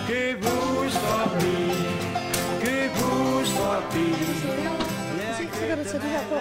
Køb hus forbi, køb hus forbi. Så kan du tage det her på.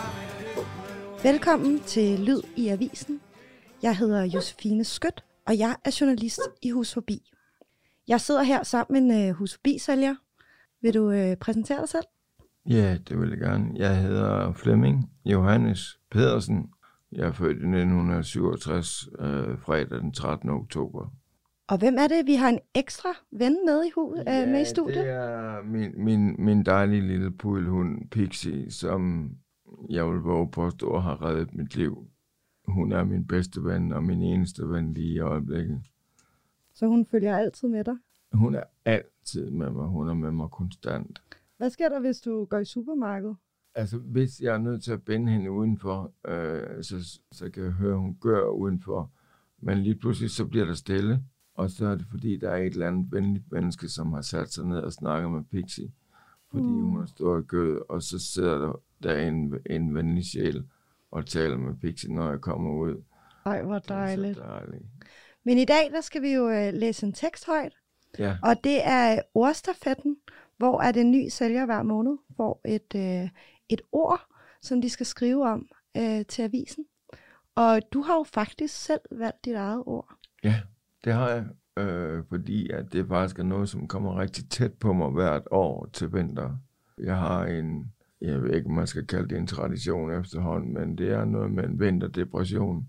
Velkommen til Lyd i Avisen. Jeg hedder Josefine Skødt, og jeg er journalist i Hus Forbi. Jeg sidder her sammen med en Hus Forbi-sælger. Vil du præsentere dig selv? Ja, det vil jeg gerne. Jeg hedder Flemming Johannes Pedersen. Jeg er født i 1967, fredag den 13. oktober. Og hvem er det? Vi har en ekstra ven med med i studiet. Det er min dejlige lille pudelhund Pixie, som jeg vil våge påstå har reddet mit liv. Hun er min bedste ven og min eneste ven lige i øjeblikket. Så hun følger altid med dig? Hun er altid med mig. Hun er med mig konstant. Hvad sker der, hvis du går i supermarkedet? Altså, hvis jeg er nødt til at binde hende udenfor, så kan jeg høre, hun gør udenfor. Men lige pludselig så bliver der stille, og så er det fordi, der er et eller andet venligt menneske, som har sat sig ned og snakket med Pixie. Fordi hun har stået i kød, og så sidder der en venlig sjæl og taler med Pixie, når jeg kommer ud. Ej, hvor dejligt. Det er så dejligt. Men i dag, der skal vi jo læse en tekst højt. Ja. Og det er ordstafetten, hvor er det en ny sælger hver måned får et ord, som de skal skrive om til avisen. Og du har jo faktisk selv valgt dit eget ord. Ja, det har jeg, fordi at det faktisk er noget, som kommer rigtig tæt på mig hvert år til vinter. Jeg har jeg ved ikke, om man skal kalde det en tradition efterhånden, men det er noget med en vinterdepression.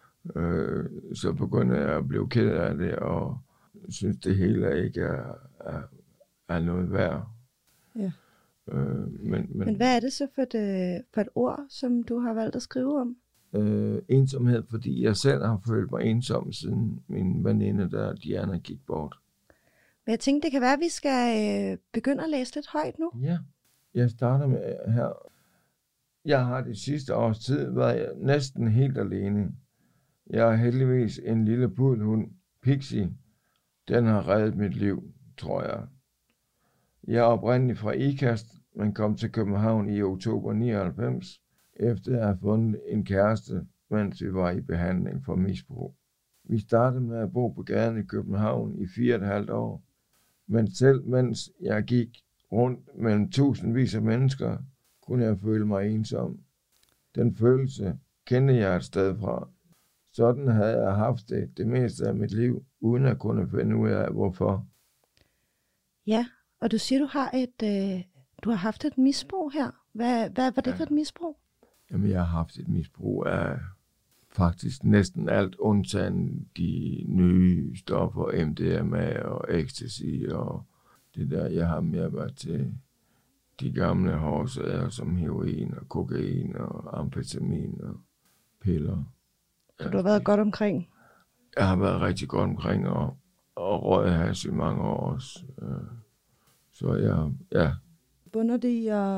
Så begynder jeg at blive ked af det, og synes det hele ikke er noget værd. Ja. Men Men hvad er det så for et ord, som du har valgt at skrive om? ensomhed, fordi jeg selv har følt mig ensom, siden min veninde der, Diana, gik bort. Men jeg tænkte, det kan være, at vi skal begynde at læse lidt højt nu. Ja, jeg starter med her. Jeg har det sidste års tid været næsten helt alene. Jeg er heldigvis en lille pudelhund, Pixie. Den har reddet mit liv, tror jeg. Jeg er oprindelig fra Ikast, men kom til København i oktober 99, efter at have fundet en kæreste, mens vi var i behandling for misbrug. Vi startede med at bo på gaden i København i 4,5 år, men selv mens jeg gik rundt mellem tusindvis af mennesker, kunne jeg føle mig ensom. Den følelse kendte jeg et sted fra. Sådan havde jeg haft det meste af mit liv, uden at kunne finde ud af, hvorfor. Ja, og du siger, du har haft et misbrug her. Hvad var det for et misbrug? Jamen, jeg har haft et misbrug af faktisk næsten alt, undtagen de nye stoffer, MDMA og ecstasy og det der. Jeg har mere været til de gamle hårdsager som heroin og kokain og amfetamin og piller. Så du har været godt omkring? Jeg har været rigtig godt omkring og røget hash i mange år også. Så ja. Bunder det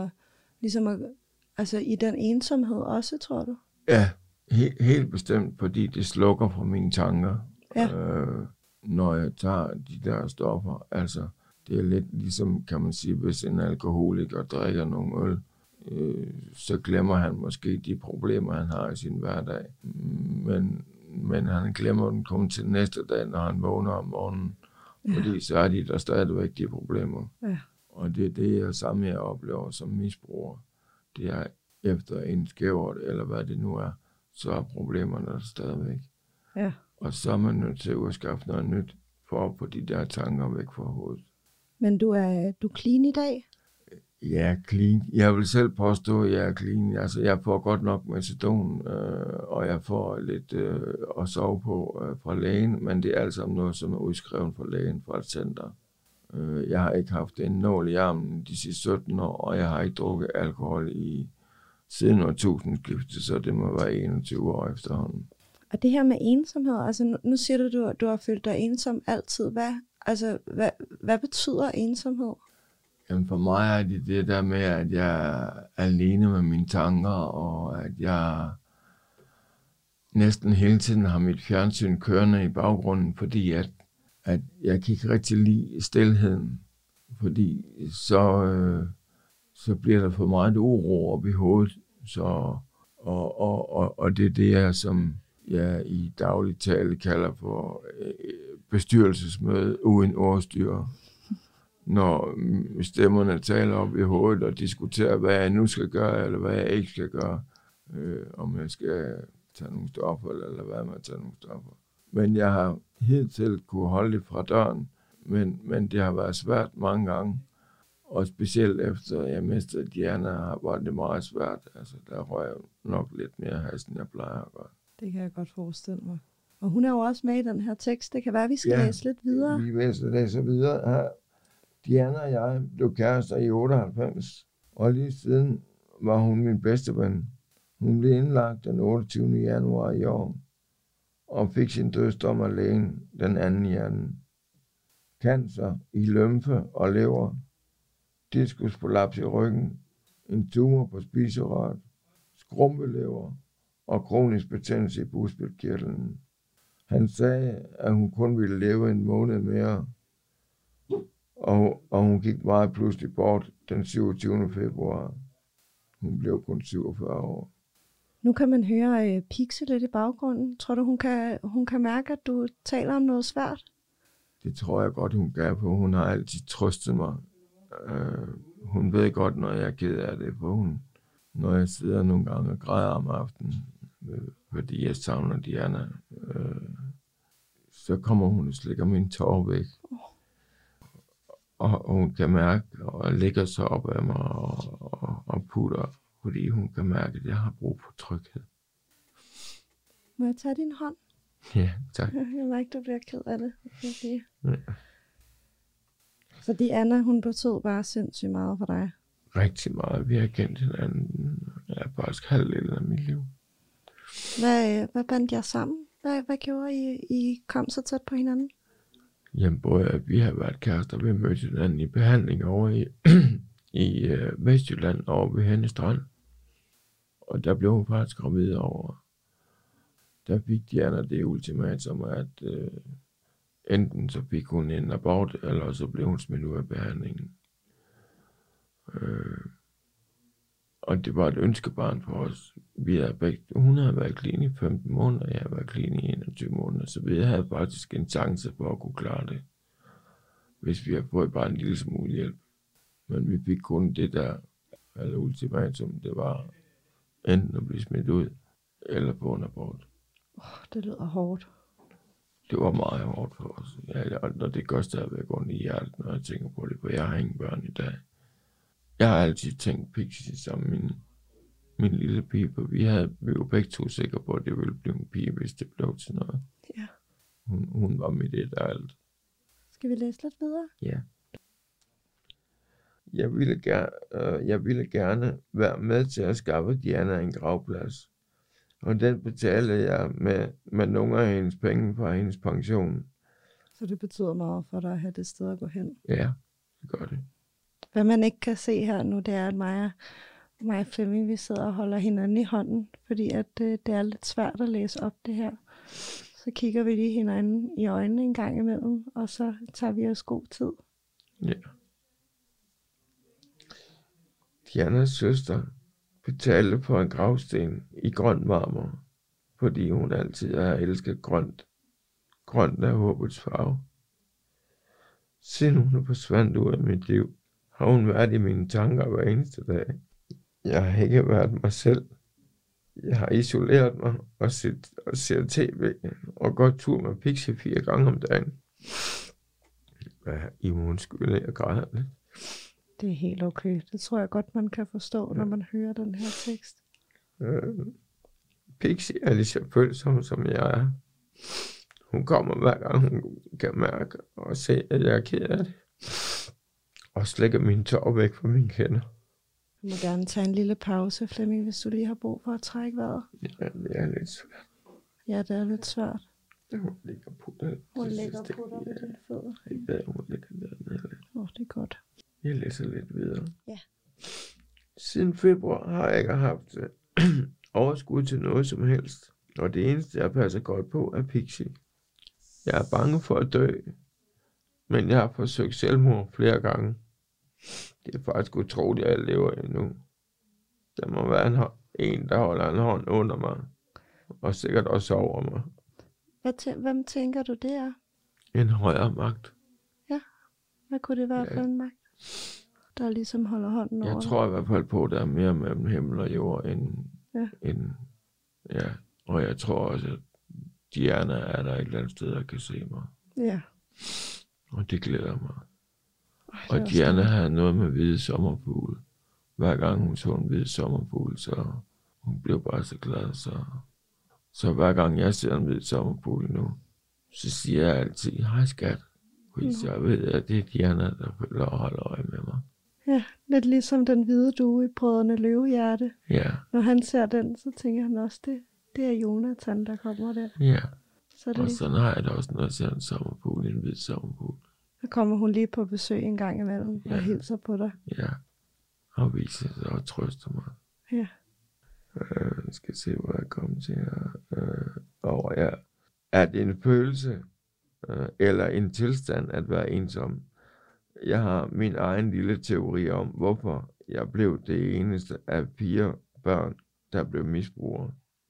i den ensomhed også, tror du? Ja, helt bestemt, fordi det slukker fra mine tanker, ja. Når jeg tager de der stoffer. Altså, det er lidt ligesom, kan man sige, hvis en alkoholiker drikker nogle øl, så glemmer han måske de problemer, han har i sin hverdag. Men han glemmer den kun til næste dag, når han vågner om morgenen. Fordi så er de der stadigvæk de problemer. Ja. Og det er det samme, jeg oplever som misbruger. Det er efter en skævert, eller hvad det nu er, så er problemerne der stadigvæk. Ja. Og så er man nødt til at skaffe noget nyt, for at få de der tanker væk fra hovedet. Men du er clean i dag? Ja, clean. Jeg vil selv påstå, at jeg er clean. Altså, jeg får godt nok metadon, og jeg får lidt at sove på fra lægen, men det er alt sammen noget, som er udskrevet fra lægen fra et center. Jeg har ikke haft en nål i armen de sidste 17 år, og jeg har ikke drukket alkohol siden årtusindskiftet, så det må være 21 år efterhånden. Og det her med ensomhed, altså nu siger du har følt dig ensom altid. Hvad betyder ensomhed? Jamen for mig er det der med, at jeg er alene med mine tanker, og at jeg næsten hele tiden har mit fjernsyn kørende i baggrunden, fordi at jeg kan ikke rigtig lide stilheden, fordi så bliver der for meget uro op i hovedet, og det er det, som jeg i daglig tale kalder for bestyrelsesmøde uden ordstyre. Når stemmerne taler op i hovedet og diskuterer, hvad jeg nu skal gøre, eller hvad jeg ikke skal gøre. Om jeg skal tage nogle stoffer, eller hvad man tager nogle stoffer. Men jeg har hidtil kunne holde det fra døren, men det har været svært mange gange. Og specielt efter jeg mistede Diana, var det meget svært. Altså, der røg jeg nok lidt mere has, end jeg plejer at gøre. Det kan jeg godt forestille mig. Og hun er jo også med i den her tekst. Det kan være, at vi skal læse lidt videre. Vi læser videre her. Diana og jeg blev kærester i 98, og lige siden var hun min bedste ven. Hun blev indlagt den 28. januar i år, og fik sin dødsdom af lægen den 2. januar. Cancer i lymfe og lever, diskusprolaps i ryggen, en tumor på spiserøret, skrumpelever og kronisk betændelse i bugspytkirtlen. Han sagde, at hun kun ville leve en måned mere, og hun gik meget pludselig bort den 27. februar. Hun blev kun 47 år. Nu kan man høre Pixie lidt i baggrunden. Tror du, hun kan mærke, at du taler om noget svært? Det tror jeg godt, hun kan, for hun har altid trøstet mig. Hun ved godt, når jeg er ked af det, for hun, når jeg sidder nogle gange og græder om aftenen, fordi jeg savner Diana, så kommer hun og slikker mine tårer væk. Og hun kan mærke, og lægger sig op af mig og putter, fordi hun kan mærke, at jeg har brug for tryghed. Må jeg tage din hånd? Ja, tak. Jeg mærker, du bliver ked af det. Ja. Fordi Anna, hun betød bare sindssygt meget for dig. Rigtig meget. Vi har kendt hinanden. Jeg er faktisk halvdelen af mit liv. Hvad bandt jer sammen? Hvad gjorde I kom så tæt på hinanden? Jamen, både at vi har været kærester, vi mødte hinanden i behandling over i Vestjylland over ved Henne Strand. Og der blev hun faktisk gravid over. Der fik Diana det ultimatum, at enten så fik hun en abort, eller så blev hun smidt ud af behandlingen. Og det var et ønskebarn for os. Hun havde været clean i 15 måneder, jeg havde været clean i 21 måneder, så vi havde faktisk en chance for at kunne klare det, hvis vi havde fået bare en lille smule hjælp. Men vi fik kun det der, eller ultimatum, det var enten at blive smidt ud, eller få en abort. Det lyder hårdt. Det var meget hårdt for os. Og det gør stadigvæk ondt i hjertet, når jeg tænker på det, for jeg har ingen børn i dag. Jeg har altid tænkt Pixie som min lille pige, for vi var begge to sikre på, at det ville blive en pige, hvis det blev til noget. Ja. Hun var mit et og alt. Skal vi læse lidt videre? Ja. Jeg ville gerne være med til at skaffe Diana en gravplads. Og den betalte jeg med nogle af hendes penge fra hendes pension. Så det betyder meget for dig at have det sted at gå hen? Ja, det gør det. Hvad man ikke kan se her nu, det er, at mig og Flemming, vi sidder og holder hinanden i hånden, fordi at det er lidt svært at læse op det her. Så kigger vi lige hinanden i øjnene en gang imellem, og så tager vi os god tid. Ja. Dianas søster betalte for en gravsten i grøn marmor, fordi hun altid har elsket grønt. Grønt er håbets farve. Siden hun forsvandt ud af mit liv, har hun været i mine tanker hver eneste dag. Jeg har ikke været mig selv. Jeg har isoleret mig og set tv og gået tur med Pixie 4 gange om dagen. Ja, I må undskylde, jeg græder lidt. Det er helt okay. Det tror jeg godt, man kan forstå, når man hører den her tekst. Pixie er lige så følsom, som jeg er. Hun kommer hver gang, hun kan mærke og se, at jeg er ked af det. Og slækker mine tår væk fra mine hænder. Du må gerne tage en lille pause, Flemming, hvis du lige har brug for at trække vejret. Ja, det er lidt svært. Ja, det er lidt svært. Hun ligger på det. Hun ligger på dig med dine fødder. Jeg ved, hun ligger dernede. Det er godt. Jeg læser lidt videre. Ja. Siden februar har jeg ikke haft overskud til noget som helst. Og det eneste, jeg passer godt på, er Pixie. Jeg er bange for at dø. Men jeg har forsøgt selvmord flere gange. Det er faktisk utroligt, at jeg lever endnu. Der må være en, der holder en hånd under mig. Og sikkert også over mig. Hvem tænker du, det er? En højere magt. Hvad kunne det være for en magt, der ligesom holder hånden over Jeg tror i hvert fald på, at der er mere mellem himmel og jord end og jeg tror også, at Diana er der et eller andet sted, der kan se mig. Ja. Og det glæder mig. Og Diana havde noget med hvide sommerfugle. Hver gang hun så en hvid sommerfugl, så hun blev bare så glad. Så hver gang jeg ser en hvid sommerfugl nu, så siger jeg altid, hej skat. Fordi så ved jeg, at det er Diana, der følger og holder øje med mig. Ja, lidt ligesom den hvide due i Brødrene Løvehjerte. Ja. Når han ser den, så tænker han også, det er Jonathan, der kommer der. Ja. Så Og sådan har jeg det også, når jeg ser en sommerfugl, en hvid sommerfugl. Så kommer hun lige på besøg en gang imellem og hilser på dig. Ja. Og viser sig og trøster mig. Ja. Jeg skal se, hvor jeg kommer til her. Er det en følelse eller en tilstand at være ensom? Jeg har min egen lille teori om, hvorfor jeg blev det eneste af 4 børn, der blev misbrugere.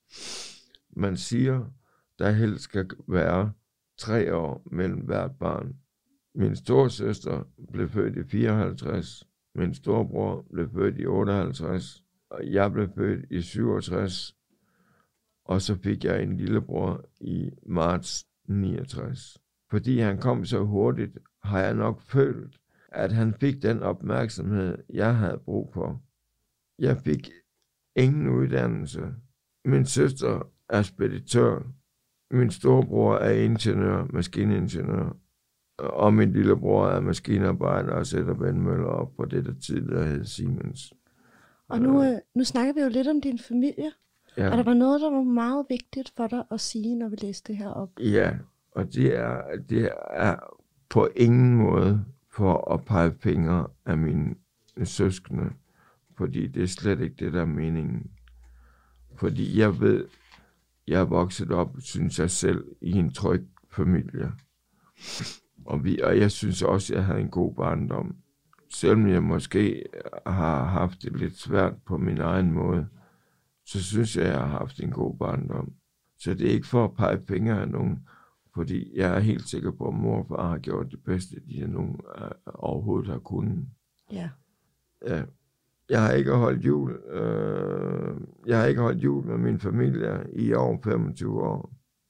Man siger, der helst skal være 3 år mellem hvert barn. Min storesøster blev født i 54, min storebror blev født i 58, og jeg blev født i 67, og så fik jeg en lillebror i marts 69. Fordi han kom så hurtigt, har jeg nok følt, at han fik den opmærksomhed, jeg havde brug for. Jeg fik ingen uddannelse. Min søster er speditør. Min storebror er ingeniør, maskiningeniør. Og min lillebror er maskinarbejder og sætter vandmøller op på det, der tidligere hed Siemens. Og nu snakker vi jo lidt om din familie. Ja. Og der var noget, der var meget vigtigt for dig at sige, når vi læste det her op. Ja, og det er på ingen måde for at pege fingre af mine søskende. Fordi det er slet ikke det, der er meningen. Fordi jeg ved, jeg er vokset op, synes jeg selv, i en tryg familie. Og jeg synes også, jeg havde en god barndom. Selvom jeg måske har haft det lidt svært på min egen måde, så synes jeg har haft en god barndom. Så det er ikke for at pege fingre af nogen, fordi jeg er helt sikker på, at mor og far har gjort det bedste, de nogen overhovedet har kunnet. Ja. Ja. Jeg har ikke holdt jul med min familie i over 25 år.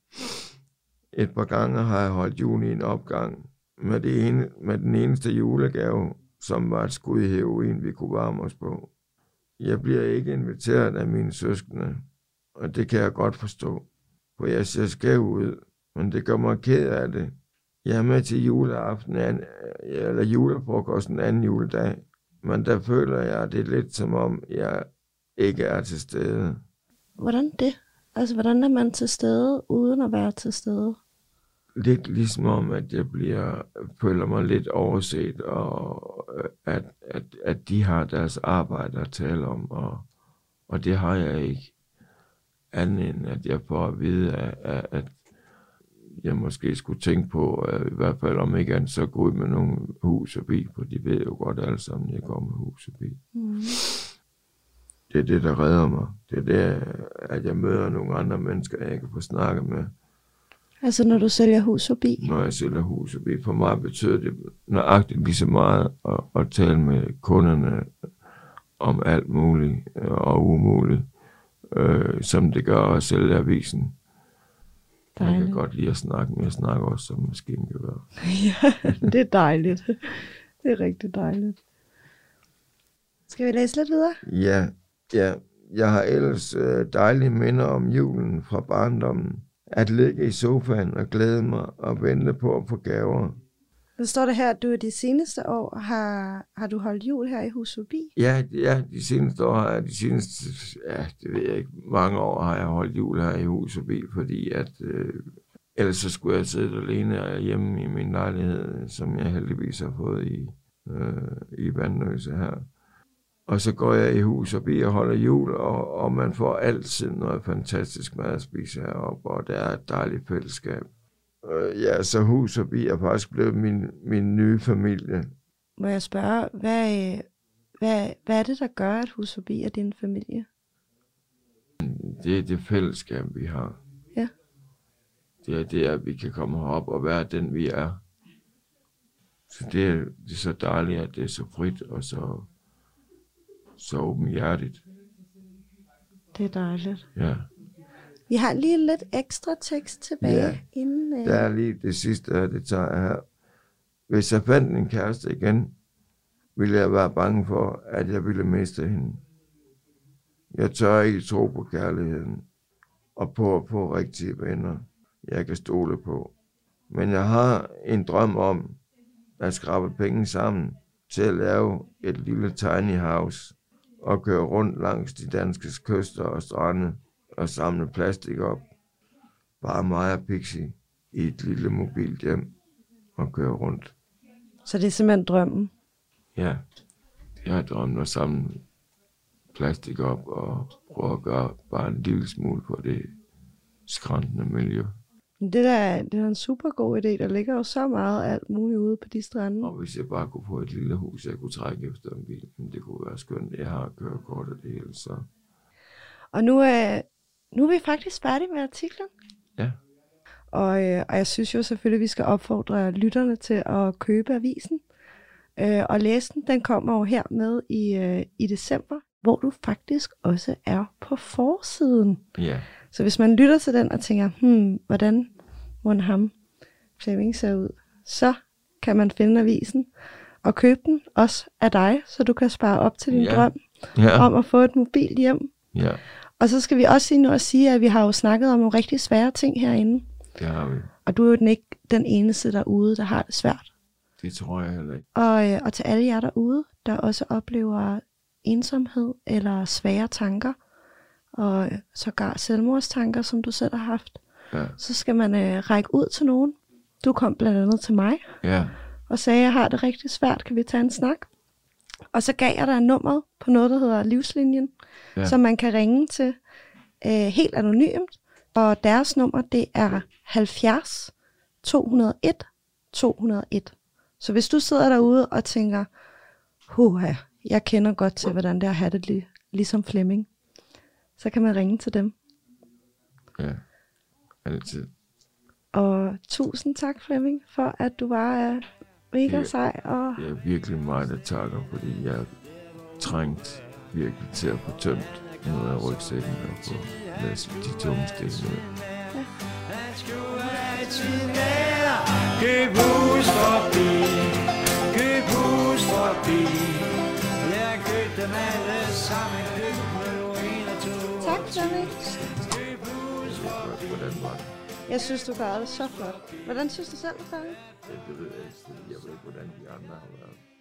Et par gange har jeg holdt jul i en opgang med den eneste julegave, som var et skud i heroin, vi kunne varme os på. Jeg bliver ikke inviteret af mine søskende, og det kan jeg godt forstå, for jeg ser skæv ud, men det gør mig ked af det. Jeg er med til juleaften eller julefrokosten anden juledag, men der føler jeg det lidt som om, jeg ikke er til stede. Hvordan det? Altså, hvordan er man til stede, uden at være til stede? Lidt ligesom om, at jeg føler mig lidt overset, og at de har deres arbejde at tale om, og det har jeg ikke. Andet end, at jeg får at vide, at jeg måske skulle tænke på, i hvert fald om ikke andet, så gå ud med nogle hus og bil, for de ved jo godt alle sammen, at jeg går med hus og bil. Mm. Det er det, der redder mig. Det er det, at jeg møder nogle andre mennesker, jeg kan få snakket med. Altså når du sælger hus forbi? Når jeg sælger hus forbi. For mig betyder det nøjagtigt lige så meget at tale med kunderne om alt muligt og umuligt, som det gør at sælge avisen. Dejligt. Jeg kan godt lide at snakke, men jeg snakker også som maskingevær. Ja, det er dejligt. Det er rigtig dejligt. Skal vi læse lidt videre? Ja. Jeg har ellers dejlige minder om julen fra barndommen. At ligge i sofaen og glæde mig og vente på at få gaver. Der står det her, at du i de seneste år har du holdt jul her i Hus Forbi? Ja, de seneste år har jeg, det ved jeg ikke, mange år har jeg holdt jul her i Hus Forbi, fordi at ellers så skulle jeg sidde alene hjemme i min lejlighed, som jeg heldigvis har fået i Vandløse her. Og så går jeg i Hus Forbi og holder jul, og man får altid noget fantastisk mad at spise heroppe, og det er et dejligt fællesskab. Ja, så Hus Forbi er faktisk blevet min nye familie. Må jeg spørge, hvad er det, der gør, at Hus Forbi er din familie? Det er det fællesskab, vi har. Ja. det er, at vi kan komme herop og være den, vi er. Så det er så dejligt, at det er så frit og så åbenhjertigt. Det er dejligt. Ja. Vi har lige lidt ekstra tekst tilbage. Ja, inden, der er lige det sidste, det tager jeg her. Hvis jeg fandt en kæreste igen, ville jeg være bange for, at jeg ville miste hende. Jeg tør ikke tro på kærligheden, og på at få rigtige venner, jeg kan stole på. Men jeg har en drøm om at skrabe penge sammen til at lave et lille tiny house og køre rundt langs de danske kyster og strande og samle plastik op. Bare mig og Pixie i et lille mobilt hjem og køre rundt. Så det er simpelthen drømmen. Ja, jeg har drømt at samle plastik op og prøve at gøre bare en lille smule på det skrantende miljø. Det er en super god idé. Der ligger jo så meget alt muligt ude på de strande. Og hvis jeg bare kunne få et lille hus, jeg kunne trække efter en bil, det kunne være skønt. Jeg har kørekort og det hele, så... Og nu er vi faktisk færdige med artiklen. Ja. Og jeg synes jo selvfølgelig, at vi skal opfordre lytterne til at købe avisen. Og læse den. Den kommer jo her med i december, hvor du faktisk også er på forsiden. Ja. Så hvis man lytter til den og tænker, hvordan må ham Flemming ser ud, så kan man finde avisen og købe den også af dig, så du kan spare op til din drøm om at få et mobilt hjem. Ja. Og så skal vi også lige nu at sige, at vi har jo snakket om nogle rigtig svære ting herinde. Det har vi. Og du er jo ikke den eneste derude, der har det svært. Det tror jeg heller ikke. Og til alle jer derude, der også oplever ensomhed eller svære tanker, og sågar selvmordstanker, som du selv har haft, så skal man række ud til nogen. Du kom blandt andet til mig, og sagde, jeg har det rigtig svært, kan vi tage en snak? Og så gav jeg dig nummeret på noget, der hedder Livslinjen, som man kan ringe til helt anonymt. Og deres nummer, det er 70 201 201. Så hvis du sidder derude og tænker, jeg kender godt til, hvordan det er at have det ligesom Flemming, så kan man ringe til dem. Ja, altid. Og tusind tak, Flemming, for at du var mega sej. Og... Det er virkelig mig, der takker, fordi jeg trængt virkelig til at få tømt noget af rygsækken og få læst de tunge sten ud. Køb hus forbi, køb hus forbi. Jeg købte dem alle sammen, køb nu 1 og 2. Tak, Flemming. Køb hus forbi. Hvordan var det? Jeg synes, du gør det så flot. Hvordan synes du selv, det var? Det ved jeg ikke. Jeg ved ikke, hvordan de andre har været.